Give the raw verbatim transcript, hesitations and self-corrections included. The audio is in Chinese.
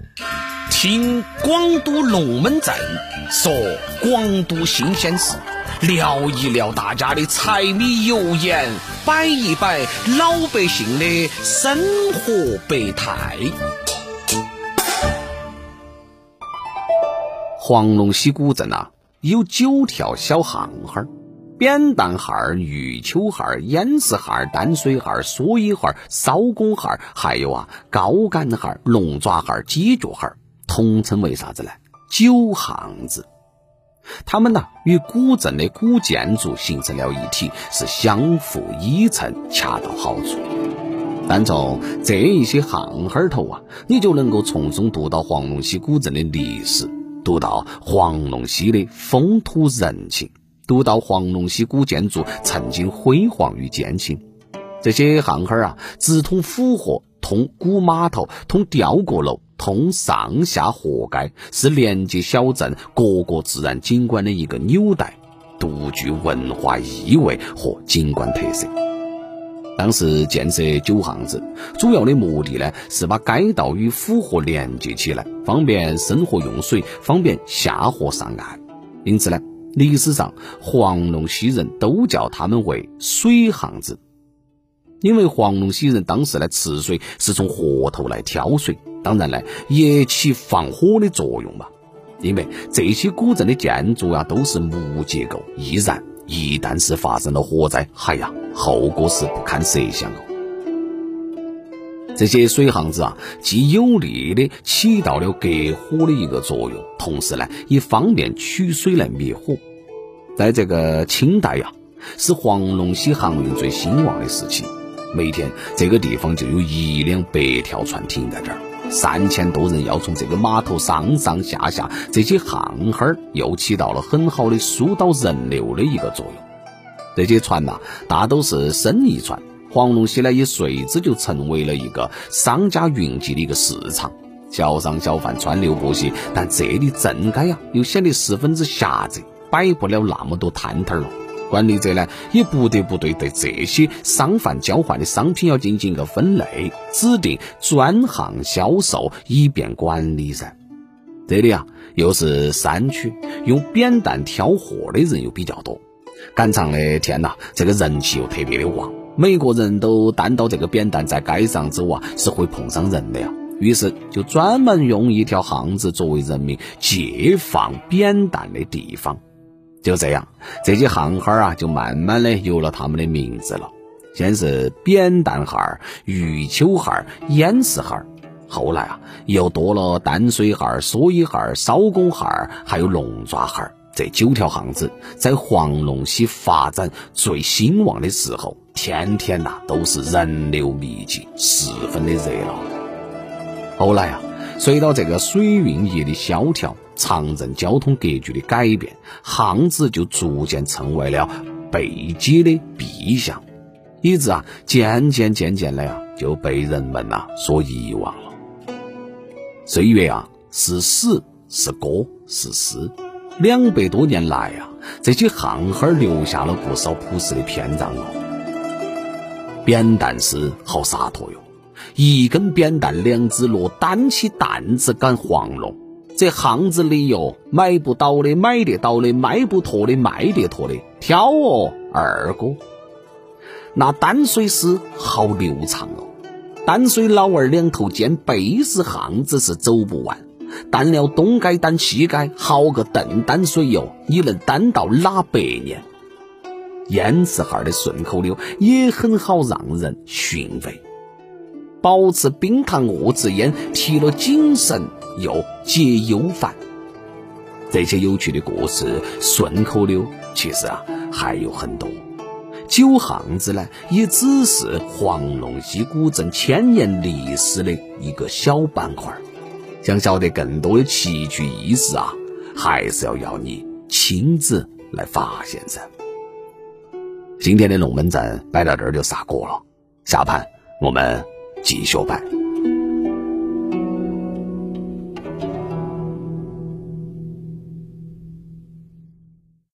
听广都龙门阵，说广都新鲜事，聊一聊大家的柴米油盐，摆一摆老百姓的生活百态。黄龙溪古镇啊，有九条小巷巷，扁担巷、玉秋巷、偃师巷、淡水巷、蓑衣巷、烧工巷，还有啊高杆巷、龙爪巷、鸡脚巷，统称为啥子呢？九巷子。他们呢与古镇的古建筑形成了一体，是相互依衬，恰到好处。但从这一些巷巷头啊，你就能够从中读到黄龙溪古镇的历史，读到黄龙溪的风土人情，读到黄龙溪古建筑曾经辉煌与艰辛。这些巷巷啊，直通府河，通古码头，通吊阁楼，通上下河街，是连接小镇各个自然景观的一个纽带，独具文化意味和景观特色。当时建设九巷子主要的目的呢，是把街道与府河连接起来，方便生活用水，方便下河上岸。因此呢，历史上黄龙溪人都叫他们为水巷子。因为黄龙溪人当时呢吃水是从河头来挑水，当然呢也起防火的作用嘛。因为这些古镇的建筑啊都是木结构，易燃，一旦是发生了火灾，哎呀，后果是不堪设想哦。这些水巷子啊，既有力的起到了隔火的一个作用，同时呢也方便取水来灭火。在这个清代啊，是黄龙溪航运最兴旺的时期，每天这个地方就有一辆白条船停在这儿，三千多人要从这个码头上上下下，这些巷巷又起到了很好的疏导人流的一个作用。这些船啊，大都是生意船，黄龙溪呢也随之就成为了一个商家云集的一个市场，小商小贩川流不息，但这里镇街啊又显得十分之狭窄，摆不了那么多摊摊了。管理者呢也不得不对对这些商贩交换的商品要进行一个分类，指定专项销售，以便管理噻。这里啊又是山区，用扁担挑货的人又比较多，赶场的天呐，这个人气又特别的旺，每个人都担到这个扁担在街上走啊，是会碰上人的呀。于是就专门用一条巷子作为人民借放扁担的地方。就这样，这些巷巷啊就慢慢的有了他们的名字了。先是扁担巷、玉秋巷、偃师巷，后来啊又多了淡水巷、蓑衣巷、烧工巷，还有龙爪巷。这九条巷子在黄龙溪发展最兴旺的时候，天天呐、啊、都是人流密集，十分的热闹。后来啊，随着这个水运业的萧条，常人交通格局的改变，巷子就逐渐成为了被街的避巷，以致啊渐渐渐渐的呀就被人们呐、啊、所遗忘了。岁月啊是史是歌是诗，两百多年来啊，这些巷巷留下了不少朴实的篇章哦。扁担诗好洒脱哟，一根扁担两只落，担起担子赶黄龙。这巷子里哟，买不到的买得到的，卖不脱的卖得脱的，挑哦二哥。那淡水诗好流畅哦，淡水老二两头尖，背时巷子是走不完。担了东街担西街，好个邓淡水哟，你能担到哪百年？偃师巷的顺口溜也很好让人寻味，保持冰糖遏制烟，提了精神又解忧烦。这些有趣的故事顺口溜其实啊还有很多。九巷子呢也只是黄龙溪古镇千年历史的一个小板块，想晓得更多的奇趣异事啊，还是要要你亲自来发现噻。今天的龙门阵摆到这儿就杀过了，下盘我们继续摆。